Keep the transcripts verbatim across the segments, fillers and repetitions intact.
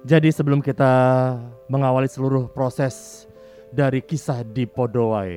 Jadi sebelum kita mengawali seluruh proses dari kisah di Podoai,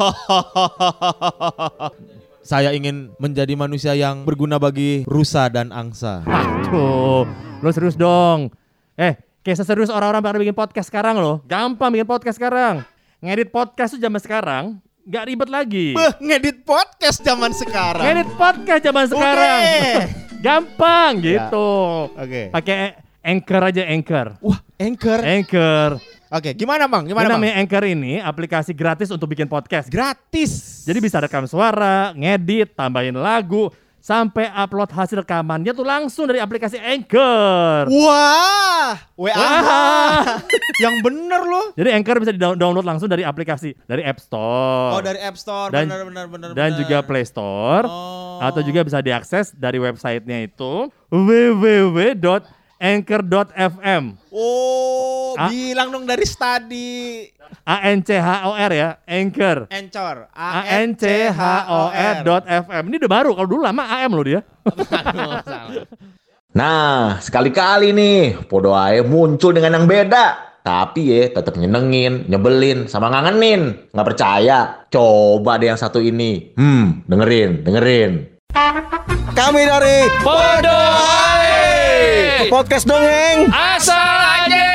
saya ingin menjadi manusia yang berguna bagi rusa dan angsa. Aduh, lo serius dong. Eh, kayak serius orang-orang pada bikin podcast sekarang loh. Gampang bikin podcast sekarang. Ngedit podcast tuh zaman sekarang gak ribet lagi. Beh, ngedit podcast zaman sekarang. Ngedit podcast zaman sekarang. Gampang gitu. Oke. Okay. Pakai Anchor aja, Anchor. Wah, Anchor. Anchor. Oke, okay, gimana Bang? Gimana Bang? Namanya Anchor ini aplikasi gratis untuk bikin podcast. Gratis. Jadi bisa rekam suara, ngedit, tambahin lagu, sampai upload hasil rekamannya tuh langsung dari aplikasi Anchor. Wah, W A Wah. Yang bener loh. Jadi Anchor bisa di-download langsung dari aplikasi, dari App Store. Oh, dari App Store, dan, benar benar benar. Dan benar. juga Play Store. Oh. Atau juga bisa diakses dari websitenya itu w w w dot anchor dot f m. Oh, A- bilang dong dari study. A N C H O R ya, Anchor. Anchor. A N C H O R dot F M. Ini udah baru, kalau dulu lama A M loh dia. Aduh, salah. Nah, sekali-kali nih Podoai muncul dengan yang beda. Tapi ya tetap nyenengin, nyebelin, sama ngangenin. Nggak percaya? Coba deh yang satu ini. Hmm, dengerin, dengerin. Kami dari Podoai Podcast Dongeng Asal aja.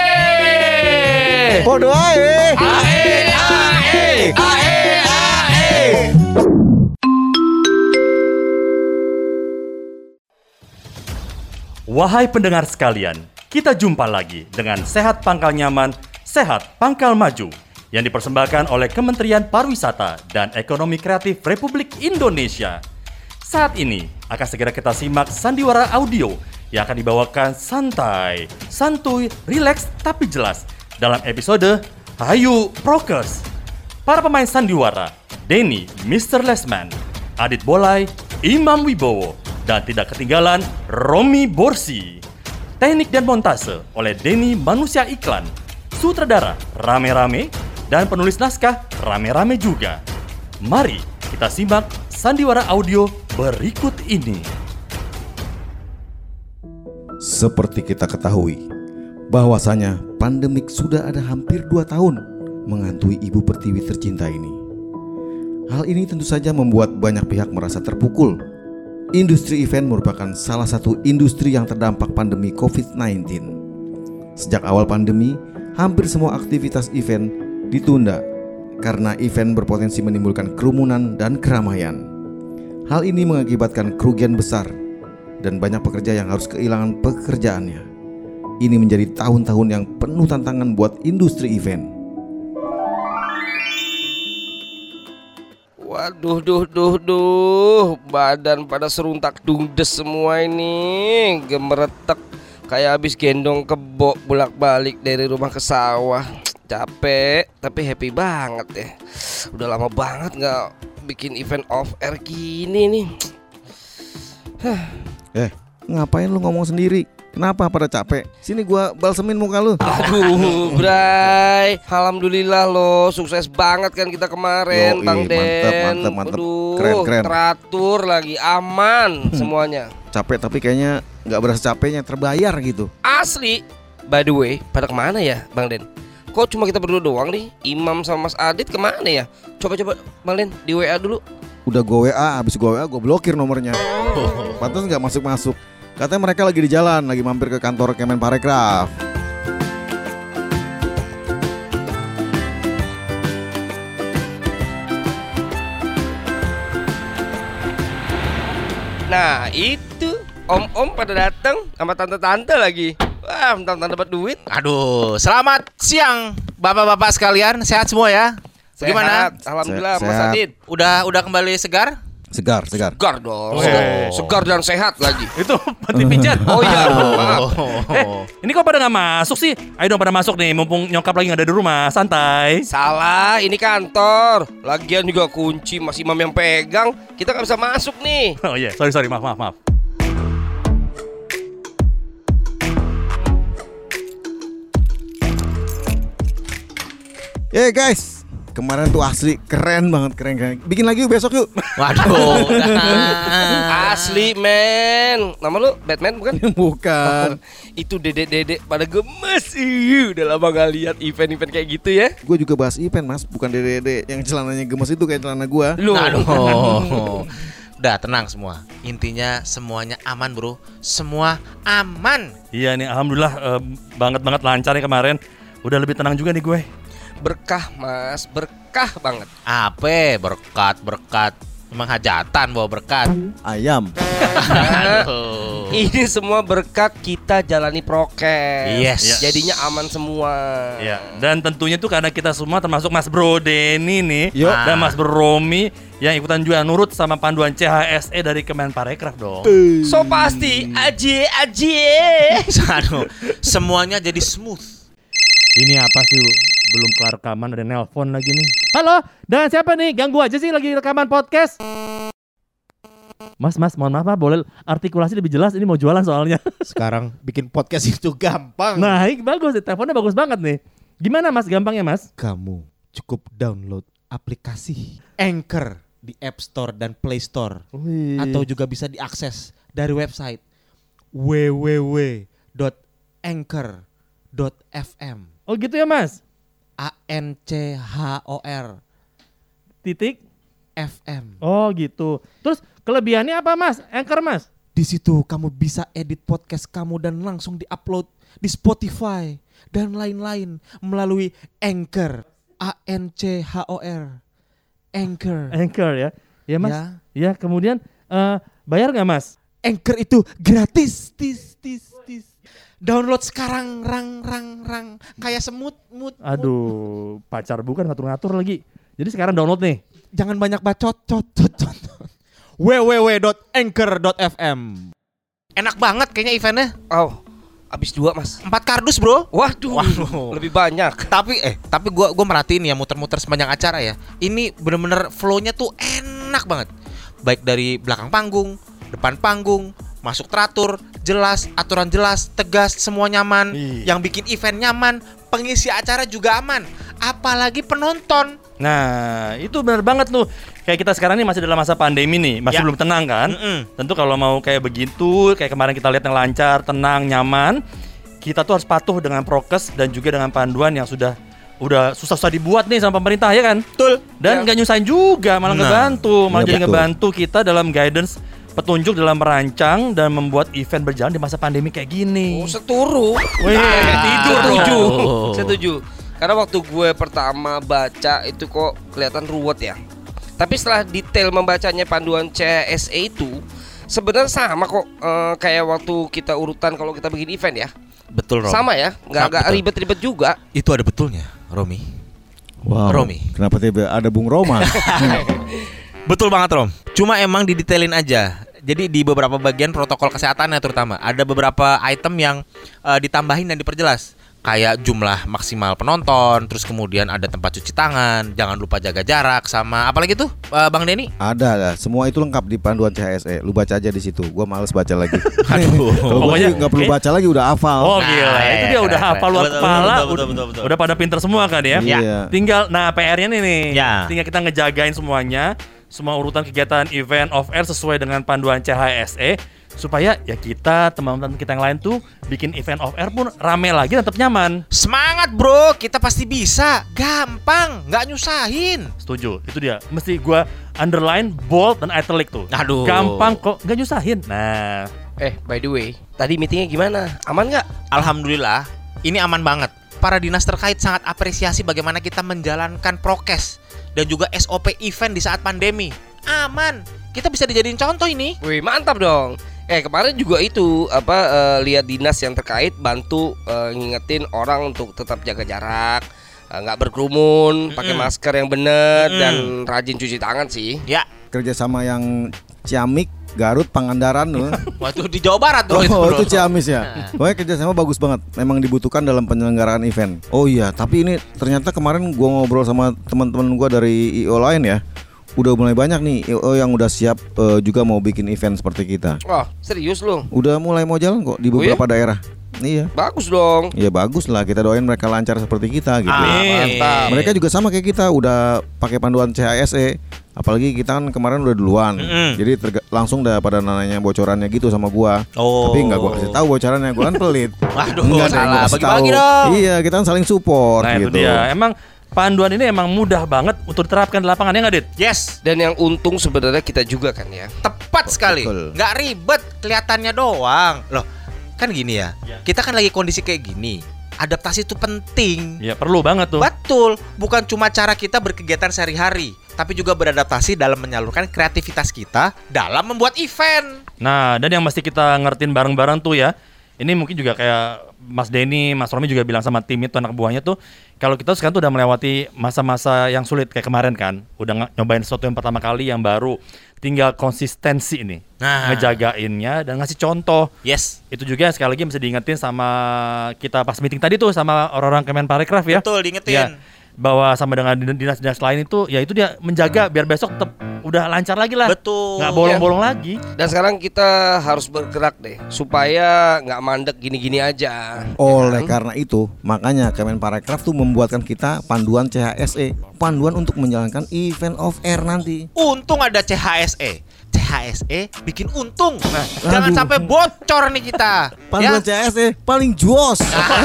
Podoai Ae ae ae ae. Wahai pendengar sekalian, kita jumpa lagi dengan Sehat Pangkal Nyaman, Sehat Pangkal Maju yang dipersembahkan oleh Kementerian Pariwisata dan Ekonomi Kreatif Republik Indonesia. Saat ini akan segera kita simak sandiwara audio yang akan dibawakan santai, santuy, rileks tapi jelas dalam episode Hayu Prokes. Para pemain sandiwara, Denny, mister Lesman, Adit Bolai, Imam Wibowo, dan tidak ketinggalan Romi Borsi. Teknik dan montase oleh Denny Manusia Iklan. Sutradara rame-rame dan penulis naskah rame-rame juga. Mari kita simak sandiwara audio berikut ini. Seperti kita ketahui, bahwasanya pandemik sudah ada hampir dua tahun menghantui Ibu Pertiwi tercinta ini. Hal ini tentu saja membuat banyak pihak merasa terpukul. Industri event merupakan salah satu industri yang terdampak pandemi covid sembilan belas. Sejak awal pandemi, hampir semua aktivitas event ditunda karena event berpotensi menimbulkan kerumunan dan keramaian. Hal ini mengakibatkan kerugian besar dan banyak pekerja yang harus kehilangan pekerjaannya. Ini menjadi tahun-tahun yang penuh tantangan buat industri event. Waduh, duh, duh, duh, badan pada seruntak dungdes semua ini, gemeretek kayak habis gendong kebo bolak-balik dari rumah ke sawah. Capek, tapi happy banget ya. Udah lama banget nggak bikin event off air gini nih. Eh, ngapain lu ngomong sendiri? Kenapa pada capek? Sini gua balsemin muka lu. Aduh, Bray, alhamdulillah lo sukses banget kan kita kemarin. Yoi, Bang Den. mantep, mantep, mantep. Aduh, Keren, keren. teratur lagi, aman semuanya. Capek tapi kayaknya nggak berasa capeknya, terbayar gitu. Asli. By the way, pada kemana ya Bang Den? Kok cuma kita berdua doang nih? Imam sama Mas Adit kemana ya? Coba-coba Bang Den di W A dulu. Udah gua W A, abis gua W A gua blokir nomornya. Pantas nggak masuk-masuk. Katanya mereka lagi di jalan, lagi mampir ke kantor Kemenparekraf. Nah itu om-om pada datang sama tante-tante lagi. Wah, tante-tante dapat duit. Aduh, selamat siang bapak-bapak sekalian, sehat semua ya? Bagaimana? Sehat, alhamdulillah Se- Mas sehat. Adit. Udah udah kembali segar? Segar, segar. Segar dong. Oh. Segar, segar dan sehat lagi. Itu peti pijat. Oh iya, maaf. Eh, ini kok pada nggak masuk sih? Ayo dong pada masuk nih, mumpung nyokap lagi nggak ada di rumah, santai. Salah, ini kantor. Lagian juga kunci masih Imam yang pegang. Kita nggak bisa masuk nih. Oh iya, yeah. sorry sorry, maaf maaf maaf. Eh guys, Kemarin tuh asli keren banget, keren keren. Bikin lagi yuk besok yuk. Waduh. Asli men. Nama lu Batman bukan? Bukan. Itu dedek-dedek pada gemes. Ih, udah lama gak lihat event-event kayak gitu ya. Gue juga bahas event mas, bukan dede-dede yang celananya gemes itu kayak celana gue. Lu. Aduh. Udah tenang semua. Intinya semuanya aman, Bro. Semua aman. Iya nih, alhamdulillah eh, banget-banget lancar nih kemarin. Udah lebih tenang juga nih gue. Berkah Mas, berkah banget. Apa? Berkat, berkat. Memang hajatan bawa berkat. Ayam. Aduh. Ini semua berkat kita jalani prokes. Yes. Jadinya aman semua. Iya, dan tentunya tuh karena kita semua termasuk Mas Bro Denny nih Yo. dan Mas Bro Romi yang ikutan juga nurut sama panduan C H S E dari Kemenparekraf dong. So pasti aje aje. Aduh. Semuanya jadi smooth. Ini apa sih? Belum kelar rekaman ada nelpon lagi nih. Halo, dengan siapa nih? Ganggu aja sih lagi rekaman podcast. Mas, mas, mohon maaf Pak, boleh artikulasi lebih jelas? Ini mau jualan soalnya. Sekarang bikin podcast itu gampang. Nah, ini bagus, teleponnya bagus banget nih. Gimana Mas, gampangnya Mas? Kamu cukup download aplikasi Anchor di App Store dan Play Store. Wih. Atau juga bisa diakses dari website w w w dot anchor dot f m. Oh gitu ya Mas? A N C H O R Titik? F M. Oh gitu. Terus kelebihannya apa Mas? Anchor Mas? Di situ kamu bisa edit podcast kamu dan langsung diupload di Spotify dan lain-lain melalui Anchor. A N C H O R. Anchor. Anchor ya? Ya Mas? Ya. Ya, kemudian eh, bayar nggak Mas? Anchor itu gratis. Tis tis tis. Download sekarang, rang rang rang, kayak semut mut. mut. Aduh, pacar bukan ngatur-ngatur lagi. Jadi sekarang download nih. Jangan banyak bacot, cot cot cot. w w w dot anchor dot f m. Enak banget kayaknya eventnya. Oh, habis dua Mas. Empat kardus, Bro. Waduh, Waduh. lebih banyak. Tapi eh tapi gua gua merhatiin ya muter-muter sepanjang acara ya. Ini bener-bener flow-nya tuh enak banget. Baik dari belakang panggung, depan panggung, masuk teratur, jelas, aturan jelas, tegas, semua nyaman. Iya. Yang bikin event nyaman, pengisi acara juga aman. Apalagi penonton. Nah, itu benar banget tuh. Kayak kita sekarang ini masih dalam masa pandemi nih, masih Ya. belum tenang kan? Mm-mm. Tentu kalau mau kayak begitu, kayak kemarin kita lihat yang lancar, tenang, nyaman, kita tuh harus patuh dengan prokes dan juga dengan panduan yang sudah udah susah-susah dibuat nih sama pemerintah ya kan? Betul. Dan nggak nyusahin juga, malah Nah, ngebantu, malah iya jadi betul. ngebantu kita dalam guidance, petunjuk dalam merancang dan membuat event berjalan di masa pandemi kayak gini. Oh, seturu. Wih, Nah, tidur setuju. dong. Setuju. Karena waktu gue pertama baca itu kok kelihatan ruwet ya. Tapi setelah detail membacanya panduan C H S E itu sebenarnya sama kok eh, kayak waktu kita urutan kalau kita bikin event ya. Betul, Rom. Sama ya, nggak Sama, nggak betul. ribet-ribet juga. Itu ada betulnya, Romi. Wow. Romi. Kenapa tiba ada Bung Roma? Betul banget, Rom. Cuma emang didetailin aja. Jadi di beberapa bagian protokol kesehatannya terutama ada beberapa item yang uh, ditambahin dan diperjelas. Kayak jumlah maksimal penonton, terus kemudian ada tempat cuci tangan, jangan lupa jaga jarak sama apalagi tuh uh, Bang Denny? Ada, ada. Semua itu lengkap di panduan C H S E. Lu baca aja di situ. Gua males baca lagi. Aduh. Kalau gua Pokoknya, sih nggak perlu kayak- baca lagi, udah hafal. Oh Nah, gila, ya, itu ya, dia udah keren, hafal keren. luar Betul, kepala, betul, udah, betul, betul, betul. udah pada pinter semua kan ya. Iya. Tinggal, nah P R-nya nih nih, Ya. tinggal kita ngejagain semuanya, semua urutan kegiatan event off air sesuai dengan panduan C H S E, supaya ya kita, teman-teman kita yang lain tuh bikin event off air pun rame lagi dan tetap nyaman. Semangat, Bro. Kita pasti bisa. Gampang, nggak nyusahin. Setuju, itu dia. Mesti gua underline, bold, dan italic tuh. Aduh. Gampang kok, nggak nyusahin. Nah, Eh, by the way, tadi meetingnya gimana? Aman nggak? Alhamdulillah, ini aman banget. Para dinas terkait sangat apresiasi bagaimana kita menjalankan prokes dan juga S O P event di saat pandemi. Aman. Kita bisa dijadiin contoh ini. Wih, mantap dong. Eh, kemarin juga itu apa eh, lihat dinas yang terkait bantu eh, ngingetin orang untuk tetap jaga jarak, eh, nggak berkerumun, pakai Mm-mm. masker yang benar Mm-mm. dan rajin cuci tangan sih. Ya, Kerjasama yang Ciamik, Garut, Pangandaran tuh. waktu di Jawa Barat, Bro. Oh, Bro. itu Ciamis ya. Pokoknya kerjasama bagus banget. Memang dibutuhkan dalam penyelenggaraan event. Oh iya, tapi ini ternyata kemarin gua ngobrol sama teman-teman gua dari I O lain ya. Udah mulai banyak nih I O yang udah siap eh, juga mau bikin event seperti kita. Wah, serius lu? Udah mulai mau jalan kok di Oh iya? beberapa daerah. Iya. Bagus dong. Ya bagus lah, kita doain mereka lancar seperti kita gitu. Amin. Mantap. Mereka juga sama kayak kita, udah pakai panduan C H S E. Apalagi kita kan kemarin udah duluan. Mm-mm. Jadi terga- langsung dah pada nanya bocorannya gitu sama gua. Oh. Tapi nggak gua kasih tahu bocorannya, gua kan pelit. Waduh, Nggak deh, salah. gua kasih Bagi-bagi tahu. dong. Iya, kita kan saling support Nah, gitu. itu dia. Emang panduan ini emang mudah banget untuk diterapkan di lapangan, ya nggak, Dit? Yes. Dan yang untung sebenarnya kita juga kan ya. Tepat sekali. Betul. Nggak ribet, kelihatannya doang. Loh, kan gini ya. Kita kan lagi kondisi kayak gini. Adaptasi itu penting. Ya perlu banget tuh. Betul, bukan cuma cara kita berkegiatan sehari-hari, tapi juga beradaptasi dalam menyalurkan kreativitas kita dalam membuat event. Nah, dan yang mesti kita ngertiin bareng-bareng tuh ya. Ini mungkin juga kayak Mas Denny, Mas Romi juga bilang sama tim itu anak buahnya tuh, kalau kita sekarang tuh udah melewati masa-masa yang sulit kayak kemarin kan, udah ng- nyobain sesuatu yang pertama kali yang baru, tinggal konsistensi nih, Nah. ngejagainnya dan ngasih contoh. Yes. Itu juga sekali lagi mesti diingetin sama kita pas meeting tadi tuh sama orang-orang Kemenparekraf ya. Betul, diingetin. Ya, bahwa sama dengan din- dinas-dinas lain itu, ya itu dia menjaga biar besok tetap udah lancar lagi lah. Betul. Nggak bolong-bolong lagi. Dan sekarang kita harus bergerak deh supaya nggak mandek gini-gini aja. Oleh Ya kan? karena itu, makanya Kemenparekraf tuh membuatkan kita panduan C H S E, panduan untuk menjalankan event off air nanti. Untung ada C H S E. C H S E bikin untung. Nah, jangan Aduh. sampai bocor nih kita. Panduan ya? C H S E paling juos.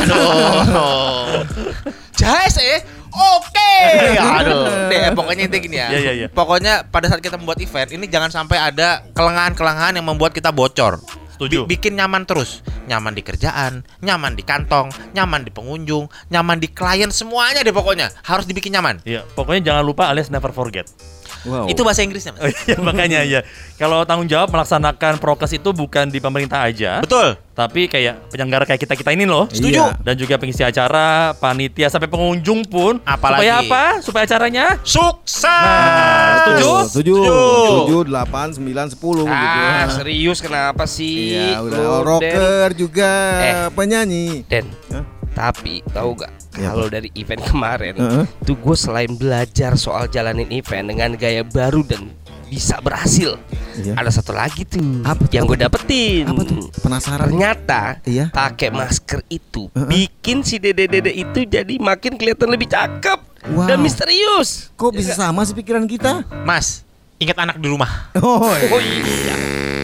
Aduh. C H S E oke. Aduh. Deh, pokoknya intinya gini ya. Iya, iya, iya. Pokoknya pada saat kita membuat event ini jangan sampai ada kelengahan-kelengahan yang membuat kita bocor. Setuju. Bi- bikin nyaman terus. Nyaman di kerjaan, nyaman di kantong, nyaman di pengunjung, nyaman di klien, semuanya deh pokoknya. Harus dibikin nyaman. Iya, pokoknya jangan lupa alias never forget. Wow. Itu bahasa Inggrisnya, Mas. Oh iya, makanya ya. Kalau tanggung jawab melaksanakan prokes itu bukan di pemerintah aja, Betul. tapi kayak penyelenggara kayak kita-kita ini loh. Setuju. Dan juga pengisi acara, panitia sampai pengunjung pun. Apalagi. Supaya apa? Supaya acaranya Sukses. Nah, setuju? Setuju. Setuju. Tujuh, delapan, sembilan, sepuluh gitu. Ah, serius kenapa sih? Iya, udah Lu, rocker juga Eh. penyanyi. Den, Hah? tapi tahu gak? Iya, Kalau dari event kemarin, Heeh. tuh gue selain belajar soal jalanin event dengan gaya baru dan bisa berhasil, Iya. ada satu lagi tuh Apa tuh? yang gue dapetin. Apa tuh? Penasaran. Ternyata Iya. pakai masker itu Heeh. bikin si dede-dede itu jadi makin kelihatan lebih cakep Wow. dan misterius. Kok bisa sama sih pikiran kita? Mas, ingat anak di rumah. Oh, Oh iya.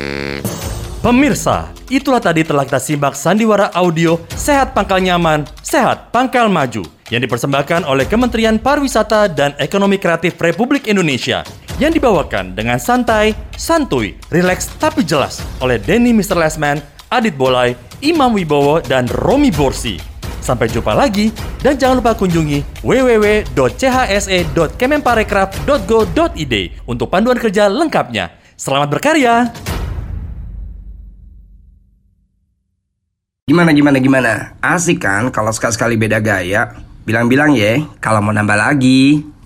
Pemirsa, itulah tadi telah kita simak sandiwara audio Sehat Pangkal Nyaman, Sehat Pangkal Maju yang dipersembahkan oleh Kementerian Pariwisata dan Ekonomi Kreatif Republik Indonesia yang dibawakan dengan santai, santuy, rileks tapi jelas oleh Denny mister Lesman, Adit Bolai, Imam Wibowo, dan Romi Borsi. Sampai jumpa lagi dan jangan lupa kunjungi w w w dot c h s e dot kemenparekraf dot go dot i d untuk panduan kerja lengkapnya. Selamat berkarya! Gimana gimana gimana? Asik kan kalau sekali-sekali beda gaya? Bilang-bilang ya kalau mau nambah lagi.